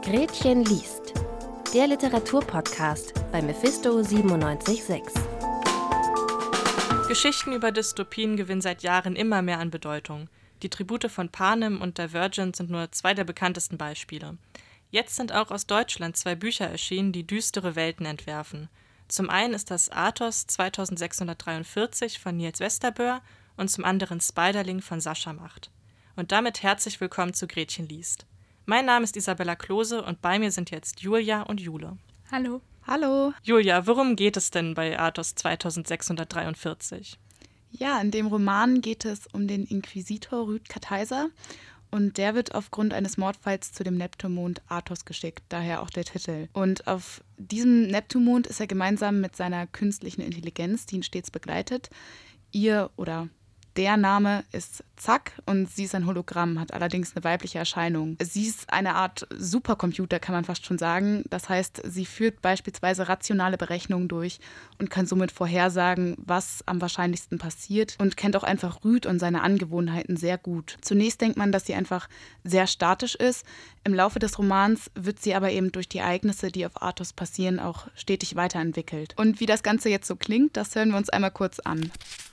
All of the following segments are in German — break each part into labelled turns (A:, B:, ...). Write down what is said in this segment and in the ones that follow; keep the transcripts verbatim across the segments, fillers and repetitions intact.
A: Gretchen liest, der Literaturpodcast bei Mephisto siebenundneunzig Komma sechs.
B: Geschichten über Dystopien gewinnen seit Jahren immer mehr an Bedeutung. Die Tribute von Panem und Divergent sind nur zwei der bekanntesten Beispiele. Jetzt sind auch aus Deutschland zwei Bücher erschienen, die düstere Welten entwerfen. Zum einen ist das Athos zweitausendsechshundertdreiundvierzig von Nils Westerböhr und zum anderen Spiderling von Sascha Macht. Und damit herzlich willkommen zu Gretchen liest. Mein Name ist Isabella Klose und bei mir sind jetzt Julia und Jule.
C: Hallo.
D: Hallo.
B: Julia, worum geht es denn bei Athos zweitausendsechshundertdreiundvierzig?
D: Ja, in dem Roman geht es um den Inquisitor Rüd Kartheiser und der wird aufgrund eines Mordfalls zu dem Neptunmond Athos geschickt, daher auch der Titel. Und auf diesem Neptunmond ist er gemeinsam mit seiner künstlichen Intelligenz, die ihn stets begleitet. Ihr oder der Name ist Zack und sie ist ein Hologramm, hat allerdings eine weibliche Erscheinung. Sie ist eine Art Supercomputer, kann man fast schon sagen. Das heißt, sie führt beispielsweise rationale Berechnungen durch und kann somit vorhersagen, was am wahrscheinlichsten passiert und kennt auch einfach Rüd und seine Angewohnheiten sehr gut. Zunächst denkt man, dass sie einfach sehr statisch ist. Im Laufe des Romans wird sie aber eben durch die Ereignisse, die auf Athos passieren, auch stetig weiterentwickelt. Und wie das Ganze jetzt so klingt, das hören wir uns einmal kurz an.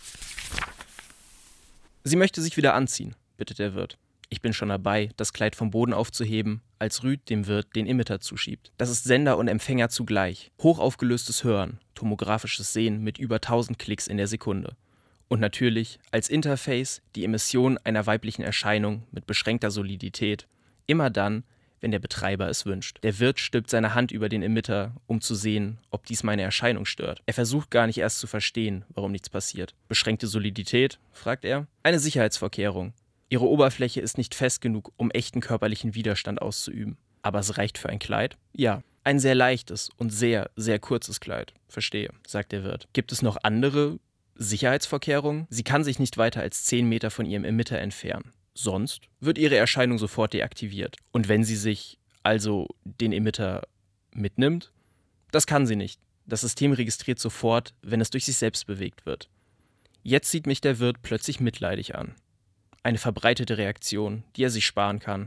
E: Sie möchte sich wieder anziehen, bittet der Wirt. Ich bin schon dabei, das Kleid vom Boden aufzuheben, als Rüd dem Wirt den Emitter zuschiebt. Das ist Sender und Empfänger zugleich. Hochaufgelöstes Hören, tomografisches Sehen mit über tausend Klicks in der Sekunde. Und natürlich als Interface die Emission einer weiblichen Erscheinung mit beschränkter Solidität. Immer dann, wenn der Betreiber es wünscht. Der Wirt stülpt seine Hand über den Emitter, um zu sehen, ob dies meine Erscheinung stört. Er versucht gar nicht erst zu verstehen, warum nichts passiert. Beschränkte Solidität? Fragt er. Eine Sicherheitsvorkehrung. Ihre Oberfläche ist nicht fest genug, um echten körperlichen Widerstand auszuüben. Aber es reicht für ein Kleid? Ja. Ein sehr leichtes und sehr, sehr kurzes Kleid. Verstehe, sagt der Wirt. Gibt es noch andere Sicherheitsvorkehrungen? Sie kann sich nicht weiter als zehn Meter von ihrem Emitter entfernen. Sonst wird ihre Erscheinung sofort deaktiviert. Und wenn sie sich also den Emitter mitnimmt, das kann sie nicht. Das System registriert sofort, wenn es durch sich selbst bewegt wird. Jetzt sieht mich der Wirt plötzlich mitleidig an. Eine verbreitete Reaktion, die er sich sparen kann.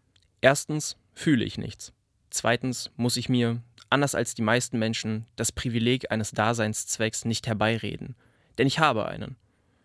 E: Erstens fühle ich nichts. Zweitens muss ich mir, anders als die meisten Menschen, das Privileg eines Daseinszwecks nicht herbeireden. Denn ich habe einen.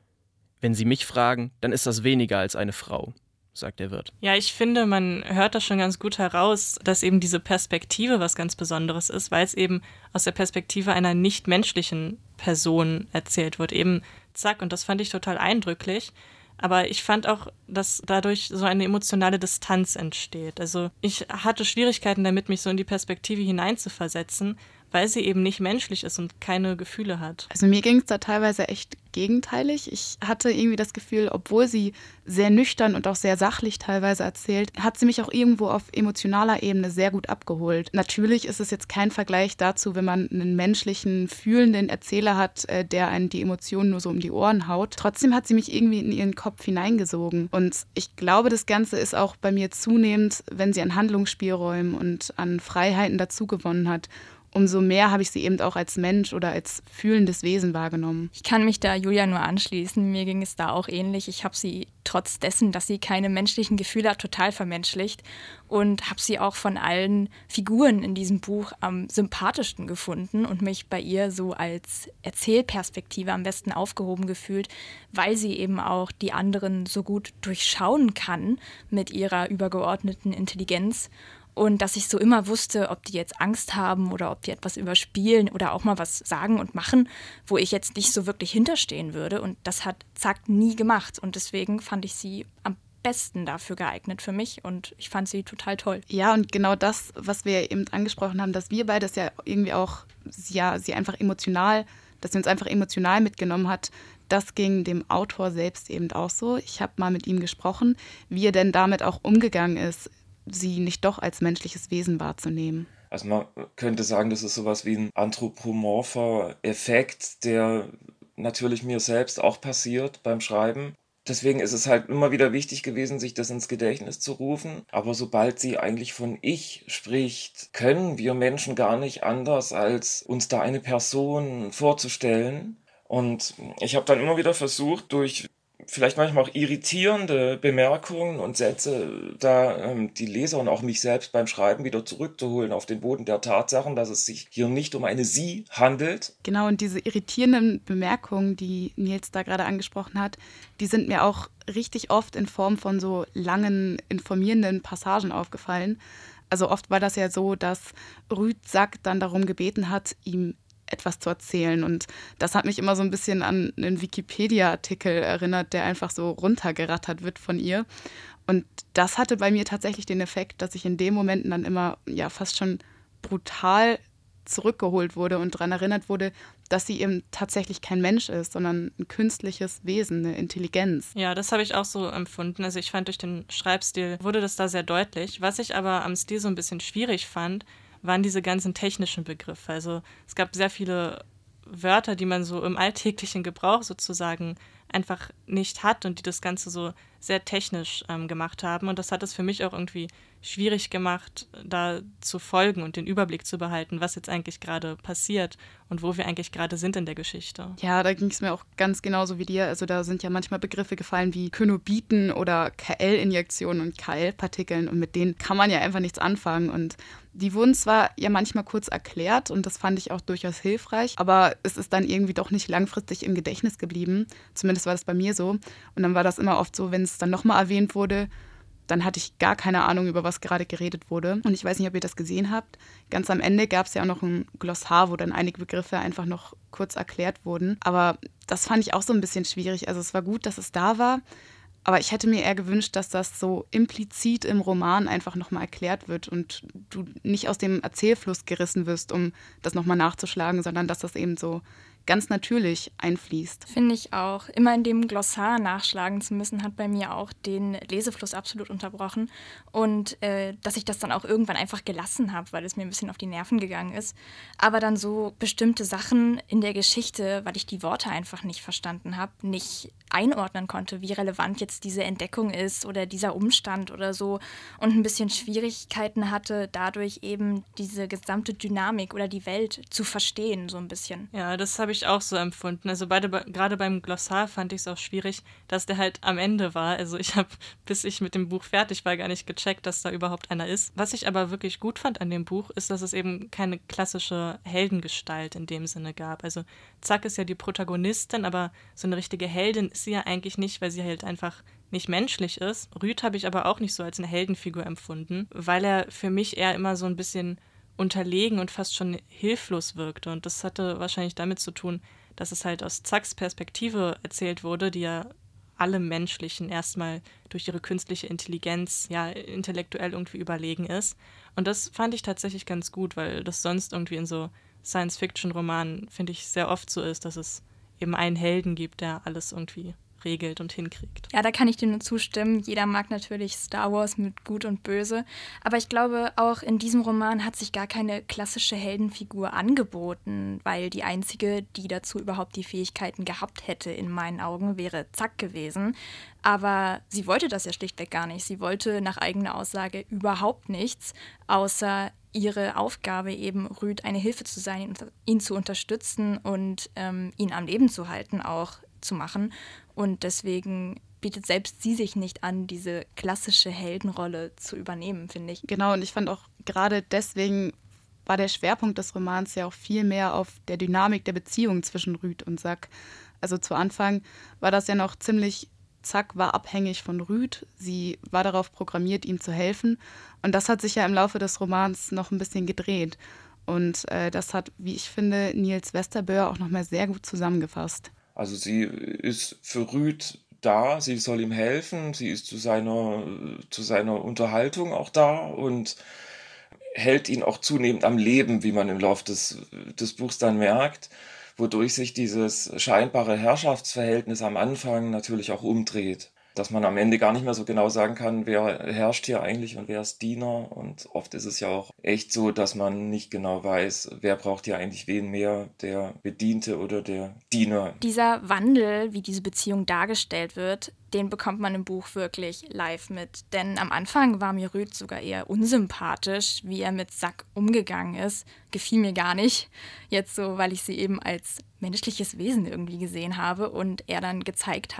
E: Wenn Sie mich fragen, dann ist das weniger als eine Frau, sagt der Wirt.
B: Ja, ich finde, man hört das schon ganz gut heraus, dass eben diese Perspektive was ganz Besonderes ist, weil es eben aus der Perspektive einer nicht-menschlichen Person erzählt wird. Eben zack, und das fand ich total eindrücklich. Aber ich fand auch, dass dadurch so eine emotionale Distanz entsteht. Also ich hatte Schwierigkeiten damit, mich so in die Perspektive hineinzuversetzen, weil sie eben nicht menschlich ist und keine Gefühle hat.
D: Also mir ging es da teilweise echt gegenteilig. Ich hatte irgendwie das Gefühl, obwohl sie sehr nüchtern und auch sehr sachlich teilweise erzählt, hat sie mich auch irgendwo auf emotionaler Ebene sehr gut abgeholt. Natürlich ist es jetzt kein Vergleich dazu, wenn man einen menschlichen, fühlenden Erzähler hat, der einen die Emotionen nur so um die Ohren haut. Trotzdem hat sie mich irgendwie in ihren Kopf hineingesogen. Und ich glaube, das Ganze ist auch bei mir zunehmend, wenn sie an Handlungsspielräumen und an Freiheiten dazugewonnen hat, umso mehr habe ich sie eben auch als Mensch oder als fühlendes Wesen wahrgenommen.
C: Ich kann mich da Julia nur anschließen. Mir ging es da auch ähnlich. Ich habe sie trotz dessen, dass sie keine menschlichen Gefühle hat, total vermenschlicht und habe sie auch von allen Figuren in diesem Buch am sympathischsten gefunden und mich bei ihr so als Erzählperspektive am besten aufgehoben gefühlt, weil sie eben auch die anderen so gut durchschauen kann mit ihrer übergeordneten Intelligenz. Und dass ich so immer wusste, ob die jetzt Angst haben oder ob die etwas überspielen oder auch mal was sagen und machen, wo ich jetzt nicht so wirklich hinterstehen würde. Und das hat Zack nie gemacht. Und deswegen fand ich sie am besten dafür geeignet für mich. Und ich fand sie total toll.
D: Ja, und genau das, was wir eben angesprochen haben, dass wir beides ja irgendwie auch, ja, sie einfach emotional, dass sie uns einfach emotional mitgenommen hat, das ging dem Autor selbst eben auch so. Ich habe mal mit ihm gesprochen, wie er denn damit auch umgegangen ist, sie nicht doch als menschliches Wesen wahrzunehmen.
F: Also man könnte sagen, das ist sowas wie ein anthropomorpher Effekt, der natürlich mir selbst auch passiert beim Schreiben. Deswegen ist es halt immer wieder wichtig gewesen, sich das ins Gedächtnis zu rufen. Aber sobald sie eigentlich von Ich spricht, können wir Menschen gar nicht anders, als uns da eine Person vorzustellen. Und ich habe dann immer wieder versucht, durch vielleicht manchmal auch irritierende Bemerkungen und Sätze, da ähm, die Leser und auch mich selbst beim Schreiben wieder zurückzuholen auf den Boden der Tatsachen, dass es sich hier nicht um eine Sie handelt.
D: Genau, und diese irritierenden Bemerkungen, die Nils da gerade angesprochen hat, die sind mir auch richtig oft in Form von so langen, informierenden Passagen aufgefallen. Also oft war das ja so, dass Rüd Sack dann darum gebeten hat, ihm etwas zu erzählen. Und das hat mich immer so ein bisschen an einen Wikipedia-Artikel erinnert, der einfach so runtergerattert wird von ihr. Und das hatte bei mir tatsächlich den Effekt, dass ich in den Momenten dann immer ja fast schon brutal zurückgeholt wurde und daran erinnert wurde, dass sie eben tatsächlich kein Mensch ist, sondern ein künstliches Wesen, eine Intelligenz.
B: Ja, das habe ich auch so empfunden. Also ich fand, durch den Schreibstil wurde das da sehr deutlich. Was ich aber am Stil so ein bisschen schwierig fand, waren diese ganzen technischen Begriffe. Also es gab sehr viele Wörter, die man so im alltäglichen Gebrauch sozusagen einfach nicht hat und die das Ganze so sehr technisch ähm, gemacht haben. Und das hat es für mich auch irgendwie schwierig gemacht, da zu folgen und den Überblick zu behalten, was jetzt eigentlich gerade passiert und wo wir eigentlich gerade sind in der Geschichte.
D: Ja, da ging es mir auch ganz genauso wie dir. Also da sind ja manchmal Begriffe gefallen wie Könobiten oder K L-Injektionen und K L-Partikeln und mit denen kann man ja einfach nichts anfangen. Und die wurden zwar ja manchmal kurz erklärt und das fand ich auch durchaus hilfreich, aber es ist dann irgendwie doch nicht langfristig im Gedächtnis geblieben. Zumindest war das bei mir so. Und dann war das immer oft so, wenn es dann nochmal erwähnt wurde, dann hatte ich gar keine Ahnung, über was gerade geredet wurde. Und ich weiß nicht, ob ihr das gesehen habt. Ganz am Ende gab es ja auch noch ein Glossar, wo dann einige Begriffe einfach noch kurz erklärt wurden. Aber das fand ich auch so ein bisschen schwierig. Also es war gut, dass es da war, aber ich hätte mir eher gewünscht, dass das so implizit im Roman einfach nochmal erklärt wird und du nicht aus dem Erzählfluss gerissen wirst, um das nochmal nachzuschlagen, sondern dass das eben so ganz natürlich einfließt.
C: Finde ich auch. Immer in dem Glossar nachschlagen zu müssen, hat bei mir auch den Lesefluss absolut unterbrochen. Und äh, dass ich das dann auch irgendwann einfach gelassen habe, weil es mir ein bisschen auf die Nerven gegangen ist. Aber dann so bestimmte Sachen in der Geschichte, weil ich die Worte einfach nicht verstanden habe, nicht einordnen konnte, wie relevant jetzt diese Entdeckung ist oder dieser Umstand oder so. Und ein bisschen Schwierigkeiten hatte, dadurch eben diese gesamte Dynamik oder die Welt zu verstehen, so ein bisschen.
B: Ja, das habe ich auch so empfunden. Also beide, gerade beim Glossar fand ich es auch schwierig, dass der halt am Ende war. Also ich habe, bis ich mit dem Buch fertig war, gar nicht gecheckt, dass da überhaupt einer ist. Was ich aber wirklich gut fand an dem Buch, ist, dass es eben keine klassische Heldengestalt in dem Sinne gab. Also Zack ist ja die Protagonistin, aber so eine richtige Heldin ist sie ja eigentlich nicht, weil sie halt einfach nicht menschlich ist. Rüd habe ich aber auch nicht so als eine Heldenfigur empfunden, weil er für mich eher immer so ein bisschen unterlegen und fast schon hilflos wirkte. Und das hatte wahrscheinlich damit zu tun, dass es halt aus Zacks Perspektive erzählt wurde, die ja alle Menschlichen erstmal durch ihre künstliche Intelligenz ja intellektuell irgendwie überlegen ist. Und das fand ich tatsächlich ganz gut, weil das sonst irgendwie in so Science-Fiction-Romanen, finde ich, sehr oft so ist, dass es eben einen Helden gibt, der alles irgendwie regelt und hinkriegt.
C: Ja, da kann ich dir nur zustimmen. Jeder mag natürlich Star Wars mit Gut und Böse. Aber ich glaube, auch in diesem Roman hat sich gar keine klassische Heldenfigur angeboten, weil die einzige, die dazu überhaupt die Fähigkeiten gehabt hätte, in meinen Augen, wäre Zack gewesen. Aber sie wollte das ja schlichtweg gar nicht. Sie wollte nach eigener Aussage überhaupt nichts, außer ihre Aufgabe eben Rüd eine Hilfe zu sein, ihn zu unterstützen und ähm, ihn am Leben zu halten, auch zu machen. Und deswegen bietet selbst sie sich nicht an, diese klassische Heldenrolle zu übernehmen, finde ich.
D: Genau, und ich fand auch gerade deswegen war der Schwerpunkt des Romans ja auch viel mehr auf der Dynamik der Beziehung zwischen Rüd und Zack. Also zu Anfang war das ja noch ziemlich, Zack war abhängig von Rüd, sie war darauf programmiert, ihm zu helfen. Und das hat sich ja im Laufe des Romans noch ein bisschen gedreht. Und äh, das hat, wie ich finde, Nils Westerböhr auch nochmal sehr gut zusammengefasst.
F: Also sie ist für Rüd da, sie soll ihm helfen, sie ist zu seiner, zu seiner Unterhaltung auch da und hält ihn auch zunehmend am Leben, wie man im Laufe des, des Buchs dann merkt, wodurch sich dieses scheinbare Herrschaftsverhältnis am Anfang natürlich auch umdreht. Dass man am Ende gar nicht mehr so genau sagen kann, wer herrscht hier eigentlich und wer ist Diener. Und oft ist es ja auch echt so, dass man nicht genau weiß, wer braucht hier eigentlich wen mehr, der Bediente oder der Diener.
C: Dieser Wandel, wie diese Beziehung dargestellt wird, den bekommt man im Buch wirklich live mit. Denn am Anfang war mir Rüd sogar eher unsympathisch, wie er mit Zack umgegangen ist. Gefiel mir gar nicht. Jetzt so, weil ich sie eben als menschliches Wesen irgendwie gesehen habe und er dann gezeigt hat,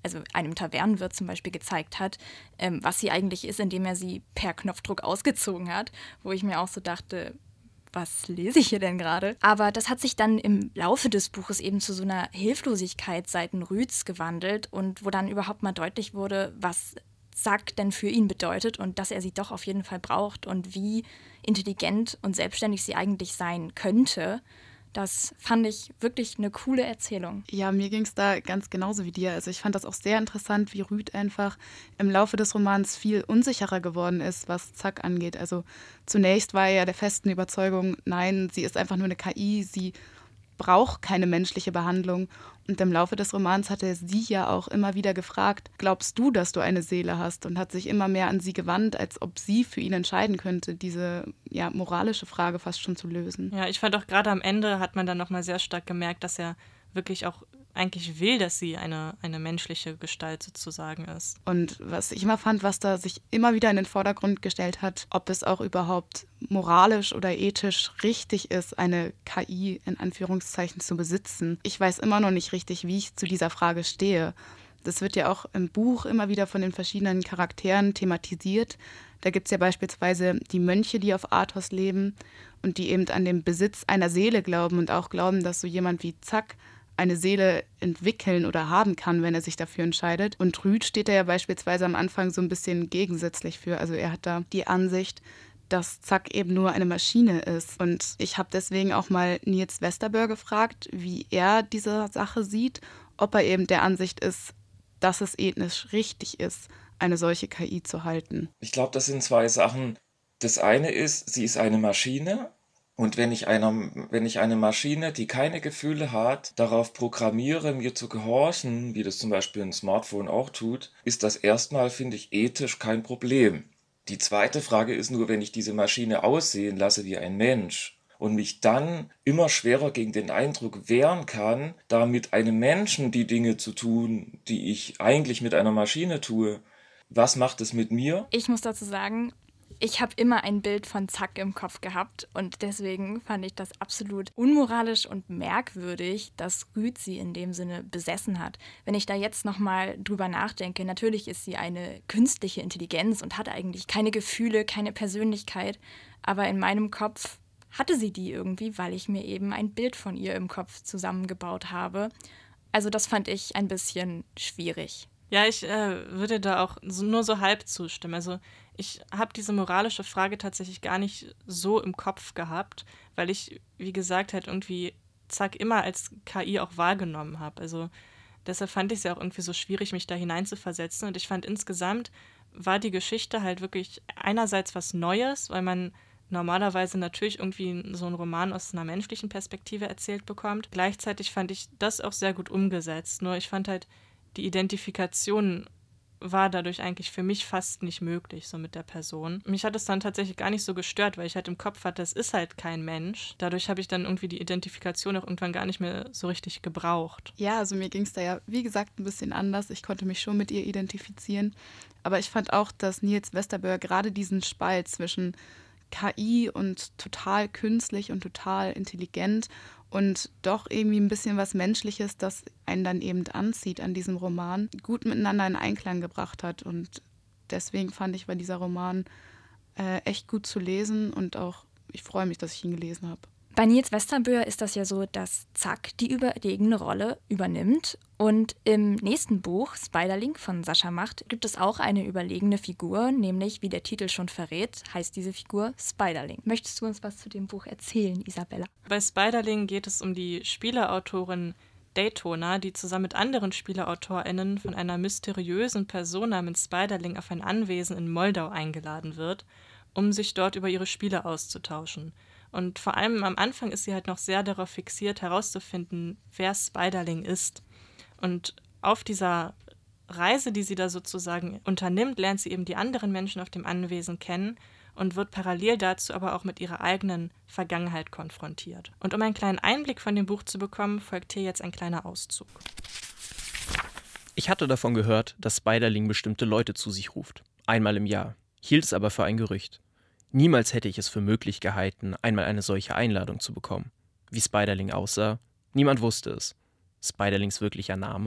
C: also einem Tavernenwirt zum Beispiel gezeigt hat, ähm, was sie eigentlich ist, indem er sie per Knopfdruck ausgezogen hat, wo ich mir auch so dachte, was lese ich hier denn gerade? Aber das hat sich dann im Laufe des Buches eben zu so einer Hilflosigkeit seiten Rüds gewandelt und wo dann überhaupt mal deutlich wurde, was Zack denn für ihn bedeutet und dass er sie doch auf jeden Fall braucht und wie intelligent und selbstständig sie eigentlich sein könnte. Das fand ich wirklich eine coole Erzählung.
D: Ja, mir ging es da ganz genauso wie dir. Also ich fand das auch sehr interessant, wie Rüd einfach im Laufe des Romans viel unsicherer geworden ist, was Zack angeht. Also zunächst war er ja der festen Überzeugung, nein, sie ist einfach nur eine K I, sie braucht keine menschliche Behandlung. Und im Laufe des Romans hat er sie ja auch immer wieder gefragt, glaubst du, dass du eine Seele hast? Und hat sich immer mehr an sie gewandt, als ob sie für ihn entscheiden könnte, diese ja, moralische Frage fast schon zu lösen.
B: Ja, ich fand auch gerade am Ende hat man dann nochmal sehr stark gemerkt, dass er wirklich auch eigentlich will, dass sie eine, eine menschliche Gestalt sozusagen ist.
D: Und was ich immer fand, was da sich immer wieder in den Vordergrund gestellt hat, ob es auch überhaupt moralisch oder ethisch richtig ist, eine K I in Anführungszeichen zu besitzen. Ich weiß immer noch nicht richtig, wie ich zu dieser Frage stehe. Das wird ja auch im Buch immer wieder von den verschiedenen Charakteren thematisiert. Da gibt es ja beispielsweise die Mönche, die auf Athos leben und die eben an den Besitz einer Seele glauben und auch glauben, dass so jemand wie Zack eine Seele entwickeln oder haben kann, wenn er sich dafür entscheidet. Und Rüd steht da ja beispielsweise am Anfang so ein bisschen gegensätzlich für. Also er hat da die Ansicht, dass Zack eben nur eine Maschine ist. Und ich habe deswegen auch mal Niels Westerberg gefragt, wie er diese Sache sieht, ob er eben der Ansicht ist, dass es ethnisch richtig ist, eine solche K I zu halten.
F: Ich glaube, das sind zwei Sachen. Das eine ist, sie ist eine Maschine. Und wenn ich, einer, wenn ich eine Maschine, die keine Gefühle hat, darauf programmiere, mir zu gehorchen, wie das zum Beispiel ein Smartphone auch tut, ist das erstmal, finde ich, ethisch kein Problem. Die zweite Frage ist nur, wenn ich diese Maschine aussehen lasse wie ein Mensch und mich dann immer schwerer gegen den Eindruck wehren kann, da mit einem Menschen die Dinge zu tun, die ich eigentlich mit einer Maschine tue, was macht es mit mir?
C: Ich muss dazu sagen, ich habe immer ein Bild von Zack im Kopf gehabt und deswegen fand ich das absolut unmoralisch und merkwürdig, dass Rüd sie in dem Sinne besessen hat. Wenn ich da jetzt nochmal drüber nachdenke, natürlich ist sie eine künstliche Intelligenz und hat eigentlich keine Gefühle, keine Persönlichkeit, aber in meinem Kopf hatte sie die irgendwie, weil ich mir eben ein Bild von ihr im Kopf zusammengebaut habe. Also das fand ich ein bisschen schwierig.
B: Ja, ich äh, würde da auch so, nur so halb zustimmen. Also ich habe diese moralische Frage tatsächlich gar nicht so im Kopf gehabt, weil ich, wie gesagt, halt irgendwie Zack immer als K I auch wahrgenommen habe. Also deshalb fand ich es ja auch irgendwie so schwierig, mich da hineinzuversetzen. Und ich fand insgesamt war die Geschichte halt wirklich einerseits was Neues, weil man normalerweise natürlich irgendwie so einen Roman aus einer menschlichen Perspektive erzählt bekommt. Gleichzeitig fand ich das auch sehr gut umgesetzt. Nur ich fand halt, die Identifikation war dadurch eigentlich für mich fast nicht möglich, so mit der Person. Mich hat es dann tatsächlich gar nicht so gestört, weil ich halt im Kopf hatte, es ist halt kein Mensch. Dadurch habe ich dann irgendwie die Identifikation auch irgendwann gar nicht mehr so richtig gebraucht.
D: Ja, also mir ging es da ja, wie gesagt, ein bisschen anders. Ich konnte mich schon mit ihr identifizieren. Aber ich fand auch, dass Niels Westerberg gerade diesen Spalt zwischen K I und total künstlich und total intelligent und doch irgendwie ein bisschen was Menschliches, das einen dann eben anzieht an diesem Roman, gut miteinander in Einklang gebracht hat. Und deswegen fand ich, war dieser Roman äh, echt gut zu lesen und auch, ich freue mich, dass ich ihn gelesen habe.
C: Bei Niels Westerberg ist das ja so, dass Zack die überlegene Rolle übernimmt. Und im nächsten Buch, Spiderling von Sascha Macht, gibt es auch eine überlegene Figur, nämlich, wie der Titel schon verrät, heißt diese Figur Spiderling. Möchtest du uns was zu dem Buch erzählen, Isabella?
B: Bei Spiderling geht es um die Spieleautorin Daytona, die zusammen mit anderen SpielerautorInnen von einer mysteriösen Person namens Spiderling auf ein Anwesen in Moldau eingeladen wird, um sich dort über ihre Spiele auszutauschen. Und vor allem am Anfang ist sie halt noch sehr darauf fixiert, herauszufinden, wer Spiderling ist. Und auf dieser Reise, die sie da sozusagen unternimmt, lernt sie eben die anderen Menschen auf dem Anwesen kennen und wird parallel dazu aber auch mit ihrer eigenen Vergangenheit konfrontiert. Und um einen kleinen Einblick von dem Buch zu bekommen, folgt hier jetzt ein kleiner Auszug.
E: Ich hatte davon gehört, dass Spiderling bestimmte Leute zu sich ruft. Einmal im Jahr. Hielt es aber für ein Gerücht. Niemals hätte ich es für möglich gehalten, einmal eine solche Einladung zu bekommen. Wie Spiderling aussah, niemand wusste es. Spiderlings wirklicher Name,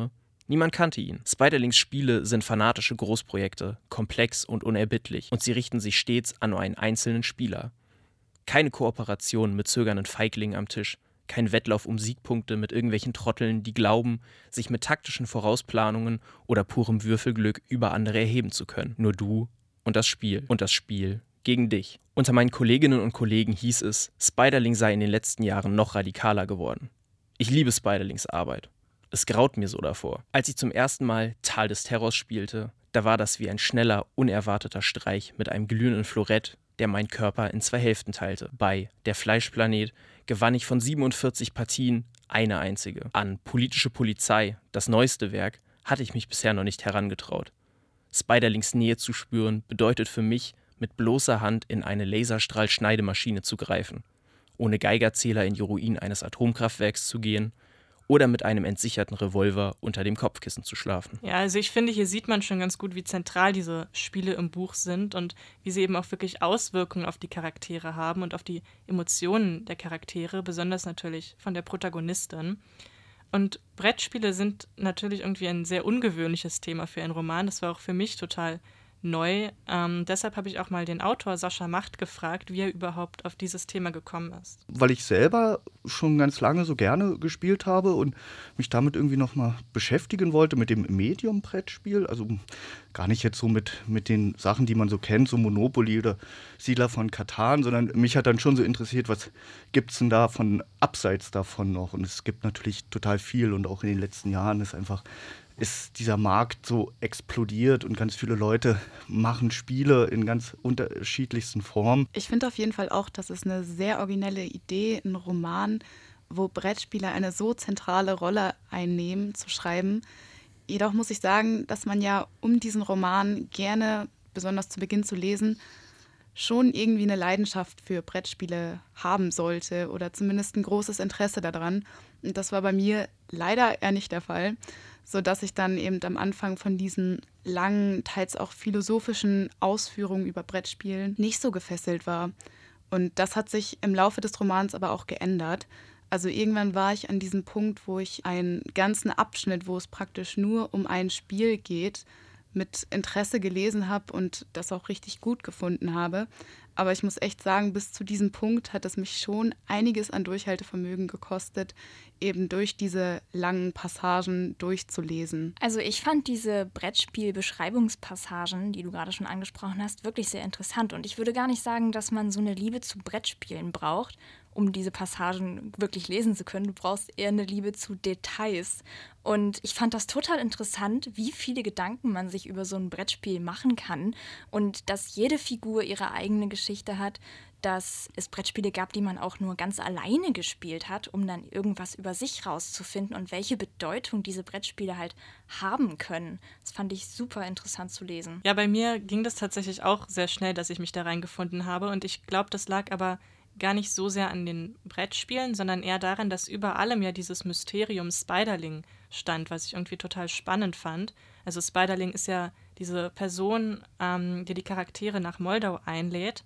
E: Niemand kannte ihn. Spiderlings Spiele sind fanatische Großprojekte, komplex und unerbittlich, und sie richten sich stets an nur einen einzelnen Spieler. Keine Kooperation mit zögernden Feiglingen am Tisch, kein Wettlauf um Siegpunkte mit irgendwelchen Trotteln, die glauben, sich mit taktischen Vorausplanungen oder purem Würfelglück über andere erheben zu können. Nur du und das Spiel. Und das Spiel gegen dich. Unter meinen Kolleginnen und Kollegen hieß es, Spiderling sei in den letzten Jahren noch radikaler geworden. Ich liebe Spiderlings Arbeit. Es graut mir so davor. Als ich zum ersten Mal Tal des Terrors spielte, da war das wie ein schneller, unerwarteter Streich mit einem glühenden Florett, der meinen Körper in zwei Hälften teilte. Bei Der Fleischplanet gewann ich von siebenundvierzig Partien eine einzige. An Politische Polizei, das neueste Werk, hatte ich mich bisher noch nicht herangetraut. Spiderlings Nähe zu spüren, bedeutet für mich, mit bloßer Hand in eine Laserstrahl-Schneidemaschine zu greifen, ohne Geigerzähler in die Ruinen eines Atomkraftwerks zu gehen oder mit einem entsicherten Revolver unter dem Kopfkissen zu schlafen.
B: Ja, also ich finde, hier sieht man schon ganz gut, wie zentral diese Spiele im Buch sind und wie sie eben auch wirklich Auswirkungen auf die Charaktere haben und auf die Emotionen der Charaktere, besonders natürlich von der Protagonistin. Und Brettspiele sind natürlich irgendwie ein sehr ungewöhnliches Thema für einen Roman. Das war auch für mich total neu. Ähm, deshalb habe ich auch mal den Autor Sascha Macht gefragt, wie er überhaupt auf dieses Thema gekommen ist.
G: Weil ich selber schon ganz lange so gerne gespielt habe und mich damit irgendwie nochmal beschäftigen wollte mit dem Medium-Brettspiel. Also gar nicht jetzt so mit, mit den Sachen, die man so kennt, so Monopoly oder Siedler von Catan, sondern mich hat dann schon so interessiert, was gibt es denn da von abseits davon noch? Und es gibt natürlich total viel und auch in den letzten Jahren ist einfach ist dieser Markt so explodiert und ganz viele Leute machen Spiele in ganz unterschiedlichsten Formen.
D: Ich finde auf jeden Fall auch, dass es eine sehr originelle Idee, einen Roman, wo Brettspiele eine so zentrale Rolle einnehmen, zu schreiben. Jedoch muss ich sagen, dass man ja, um diesen Roman gerne, besonders zu Beginn zu lesen, schon irgendwie eine Leidenschaft für Brettspiele haben sollte oder zumindest ein großes Interesse daran. Und das war bei mir leider eher nicht der Fall, sodass ich dann eben am Anfang von diesen langen, teils auch philosophischen Ausführungen über Brettspielen nicht so gefesselt war. Und das hat sich im Laufe des Romans aber auch geändert. Also irgendwann war ich an diesem Punkt, wo ich einen ganzen Abschnitt, wo es praktisch nur um ein Spiel geht, mit Interesse gelesen habe und das auch richtig gut gefunden habe. Aber ich muss echt sagen, bis zu diesem Punkt hat es mich schon einiges an Durchhaltevermögen gekostet, eben durch diese langen Passagen durchzulesen.
C: Also ich fand diese Brettspiel-Beschreibungspassagen, die du gerade schon angesprochen hast, wirklich sehr interessant. Und ich würde gar nicht sagen, dass man so eine Liebe zu Brettspielen braucht, um diese Passagen wirklich lesen zu können. Du brauchst eher eine Liebe zu Details. Und ich fand das total interessant, wie viele Gedanken man sich über so ein Brettspiel machen kann und dass jede Figur ihre eigene Geschichte hat, dass es Brettspiele gab, die man auch nur ganz alleine gespielt hat, um dann irgendwas über sich rauszufinden und welche Bedeutung diese Brettspiele halt haben können. Das fand ich super interessant zu lesen.
B: Ja, bei mir ging das tatsächlich auch sehr schnell, dass ich mich da reingefunden habe und ich glaube, das lag aber gar nicht so sehr an den Brettspielen, sondern eher daran, dass über allem ja dieses Mysterium Spiderling stand, was ich irgendwie total spannend fand. Also Spiderling ist ja diese Person, ähm, die die Charaktere nach Moldau einlädt.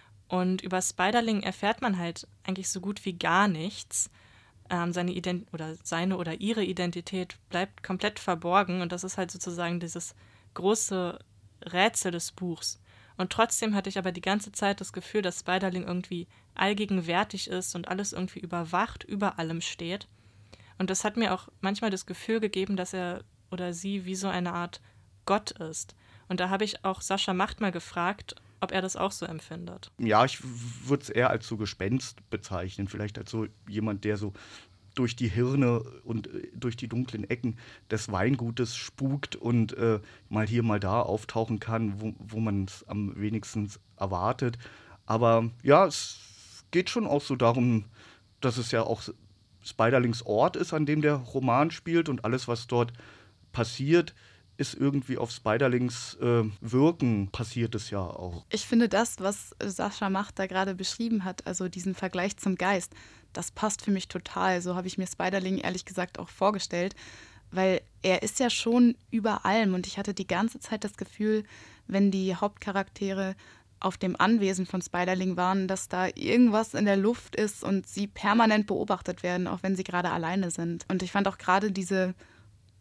B: Und über Spiderling erfährt man halt eigentlich so gut wie gar nichts. Ähm, seine Ident- oder seine oder ihre Identität bleibt komplett verborgen und das ist halt sozusagen dieses große Rätsel des Buchs. Und trotzdem hatte ich aber die ganze Zeit das Gefühl, dass Spiderling irgendwie allgegenwärtig ist und alles irgendwie überwacht, über allem steht. Und das hat mir auch manchmal das Gefühl gegeben, dass er oder sie wie so eine Art Gott ist. Und da habe ich auch Sascha Macht mal gefragt, ob er das auch so empfindet.
G: Ja, ich würde es eher als so Gespenst bezeichnen. Vielleicht als so jemand, der so durch die Hirne und durch die dunklen Ecken des Weingutes spukt und äh, mal hier, mal da auftauchen kann, wo, wo man es am wenigsten erwartet. Aber ja, es geht schon auch so darum, dass es ja auch Spiderlings Ort ist, an dem der Roman spielt und alles, was dort passiert, ist irgendwie auf Spiderlings äh, Wirken passiert es ja auch.
D: Ich finde das, was Sascha Macht da gerade beschrieben hat, also diesen Vergleich zum Geist, das passt für mich total. So habe ich mir Spiderling ehrlich gesagt auch vorgestellt, weil er ist ja schon über allem und ich hatte die ganze Zeit das Gefühl, wenn die Hauptcharaktere auf dem Anwesen von Spiderling waren, dass da irgendwas in der Luft ist und sie permanent beobachtet werden, auch wenn sie gerade alleine sind. Und ich fand auch gerade diese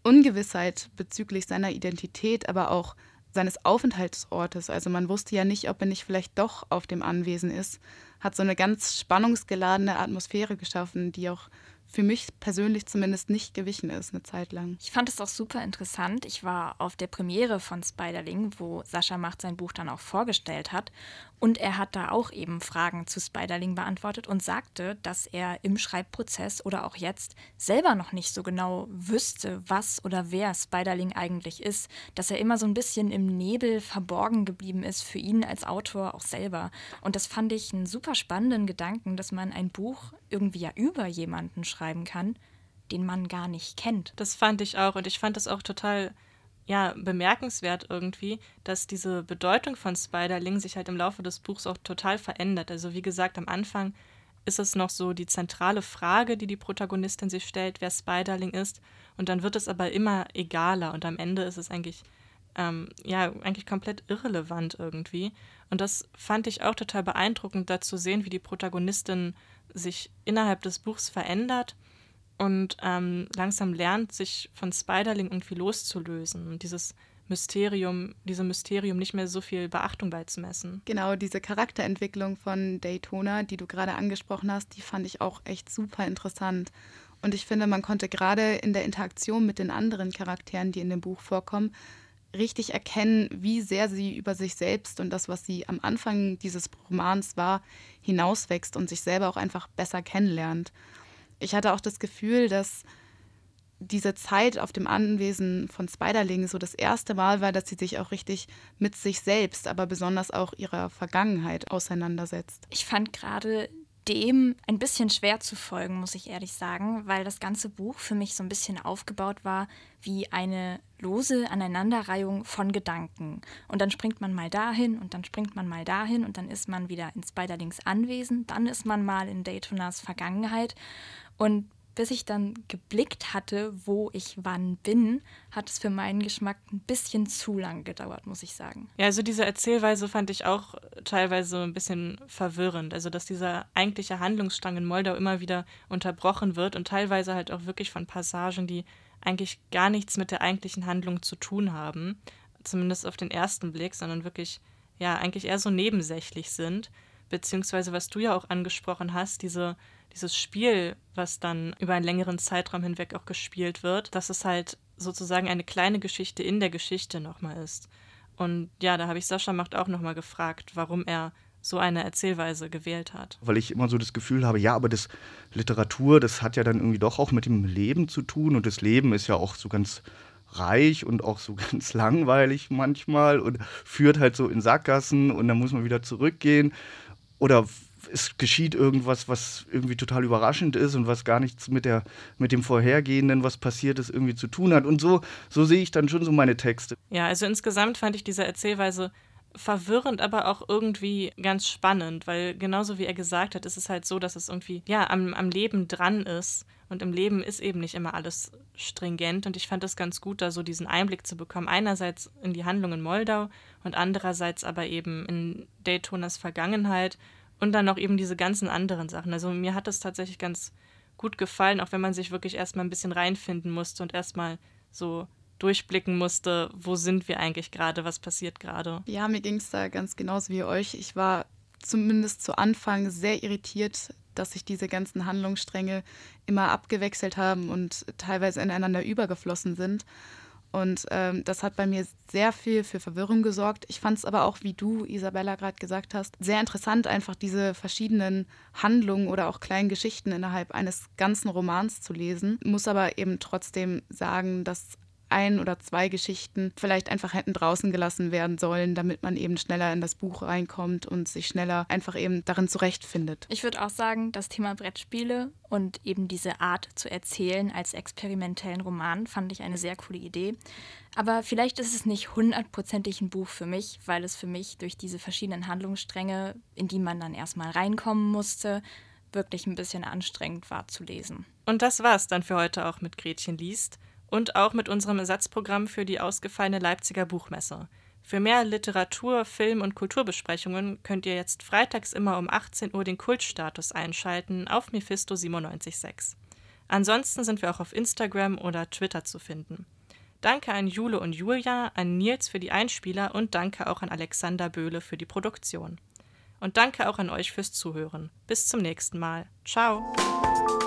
D: Ungewissheit bezüglich seiner Identität, aber auch seines Aufenthaltsortes, also man wusste ja nicht, ob er nicht vielleicht doch auf dem Anwesen ist, hat so eine ganz spannungsgeladene Atmosphäre geschaffen, die auch für mich persönlich zumindest nicht gewichen ist, eine Zeit lang.
C: Ich fand es auch super interessant. Ich war auf der Premiere von Spiderling, wo Sascha Macht sein Buch dann auch vorgestellt hat. Und er hat da auch eben Fragen zu Spiderling beantwortet und sagte, dass er im Schreibprozess oder auch jetzt selber noch nicht so genau wüsste, was oder wer Spiderling eigentlich ist. Dass er immer so ein bisschen im Nebel verborgen geblieben ist, für ihn als Autor auch selber. Und das fand ich einen super spannenden Gedanken, dass man ein Buch irgendwie ja über jemanden schreiben kann, den man gar nicht kennt.
B: Das fand ich auch und ich fand das auch total ja, bemerkenswert irgendwie, dass diese Bedeutung von Spiderling sich halt im Laufe des Buchs auch total verändert. Also wie gesagt, am Anfang ist es noch so die zentrale Frage, die die Protagonistin sich stellt, wer Spiderling ist, und dann wird es aber immer egaler und am Ende ist es eigentlich ähm, ja, eigentlich komplett irrelevant irgendwie. Und das fand ich auch total beeindruckend, da zu sehen, wie die Protagonistin sich innerhalb des Buchs verändert und ähm, langsam lernt, sich von Spiderling irgendwie loszulösen und dieses Mysterium, diesem Mysterium nicht mehr so viel Beachtung beizumessen.
D: Genau, diese Charakterentwicklung von Daytona, die du gerade angesprochen hast, die fand ich auch echt super interessant. Und ich finde, man konnte gerade in der Interaktion mit den anderen Charakteren, die in dem Buch vorkommen, richtig erkennen, wie sehr sie über sich selbst und das, was sie am Anfang dieses Romans war, hinauswächst und sich selber auch einfach besser kennenlernt. Ich hatte auch das Gefühl, dass diese Zeit auf dem Anwesen von Spiderling so das erste Mal war, dass sie sich auch richtig mit sich selbst, aber besonders auch ihrer Vergangenheit auseinandersetzt.
C: Ich fand gerade dem ein bisschen schwer zu folgen, muss ich ehrlich sagen, weil das ganze Buch für mich so ein bisschen aufgebaut war wie eine lose Aneinanderreihung von Gedanken. Und dann springt man mal dahin und dann springt man mal dahin und dann ist man wieder in Spiderlings Anwesen, dann ist man mal in Daytonas Vergangenheit und bis ich dann geblickt hatte, wo ich wann bin, hat es für meinen Geschmack ein bisschen zu lang gedauert, muss ich sagen.
B: Ja, also diese Erzählweise fand ich auch teilweise ein bisschen verwirrend. Also dass dieser eigentliche Handlungsstrang in Moldau immer wieder unterbrochen wird und teilweise halt auch wirklich von Passagen, die eigentlich gar nichts mit der eigentlichen Handlung zu tun haben, zumindest auf den ersten Blick, sondern wirklich, ja, eigentlich eher so nebensächlich sind. Beziehungsweise, was du ja auch angesprochen hast, diese dieses Spiel, was dann über einen längeren Zeitraum hinweg auch gespielt wird, dass es halt sozusagen eine kleine Geschichte in der Geschichte nochmal ist. Und ja, da habe ich Sascha Macht auch nochmal gefragt, warum er so eine Erzählweise gewählt hat.
G: Weil ich immer so das Gefühl habe, ja, aber das Literatur, das hat ja dann irgendwie doch auch mit dem Leben zu tun und das Leben ist ja auch so ganz reich und auch so ganz langweilig manchmal und führt halt so in Sackgassen und dann muss man wieder zurückgehen oder es geschieht irgendwas, was irgendwie total überraschend ist und was gar nichts mit der, mit dem Vorhergehenden, was passiert ist, irgendwie zu tun hat. Und so, so sehe ich dann schon so meine Texte.
B: Ja, also insgesamt fand ich diese Erzählweise verwirrend, aber auch irgendwie ganz spannend, weil genauso wie er gesagt hat, ist es halt so, dass es irgendwie ja am, am Leben dran ist und im Leben ist eben nicht immer alles stringent und ich fand es ganz gut, da so diesen Einblick zu bekommen, einerseits in die Handlung in Moldau und andererseits aber eben in Daytonas Vergangenheit. Und dann noch eben diese ganzen anderen Sachen. Also mir hat das tatsächlich ganz gut gefallen, auch wenn man sich wirklich erstmal ein bisschen reinfinden musste und erstmal so durchblicken musste, wo sind wir eigentlich gerade, was passiert gerade.
D: Ja, mir ging es da ganz genauso wie euch. Ich war zumindest zu Anfang sehr irritiert, dass sich diese ganzen Handlungsstränge immer abgewechselt haben und teilweise ineinander übergeflossen sind. Und ähm, das hat bei mir sehr viel für Verwirrung gesorgt. Ich fand es aber auch, wie du, Isabella, gerade gesagt hast, sehr interessant, einfach diese verschiedenen Handlungen oder auch kleinen Geschichten innerhalb eines ganzen Romans zu lesen. Muss aber eben trotzdem sagen, dass ein oder zwei Geschichten vielleicht einfach hätten draußen gelassen werden sollen, damit man eben schneller in das Buch reinkommt und sich schneller einfach eben darin zurechtfindet.
C: Ich würde auch sagen, das Thema Brettspiele und eben diese Art zu erzählen als experimentellen Roman fand ich eine sehr coole Idee. Aber vielleicht ist es nicht hundertprozentig ein Buch für mich, weil es für mich durch diese verschiedenen Handlungsstränge, in die man dann erstmal reinkommen musste, wirklich ein bisschen anstrengend war zu lesen.
B: Und das war's dann für heute auch mit Gretchen liest. Und auch mit unserem Ersatzprogramm für die ausgefallene Leipziger Buchmesse. Für mehr Literatur-, Film- und Kulturbesprechungen könnt ihr jetzt freitags immer um achtzehn Uhr den Kultstatus einschalten auf Mephisto siebenundneunzig Komma sechs. Ansonsten sind wir auch auf Instagram oder Twitter zu finden. Danke an Jule und Julia, an Nils für die Einspieler und danke auch an Alexander Böhle für die Produktion. Und danke auch an euch fürs Zuhören. Bis zum nächsten Mal. Ciao!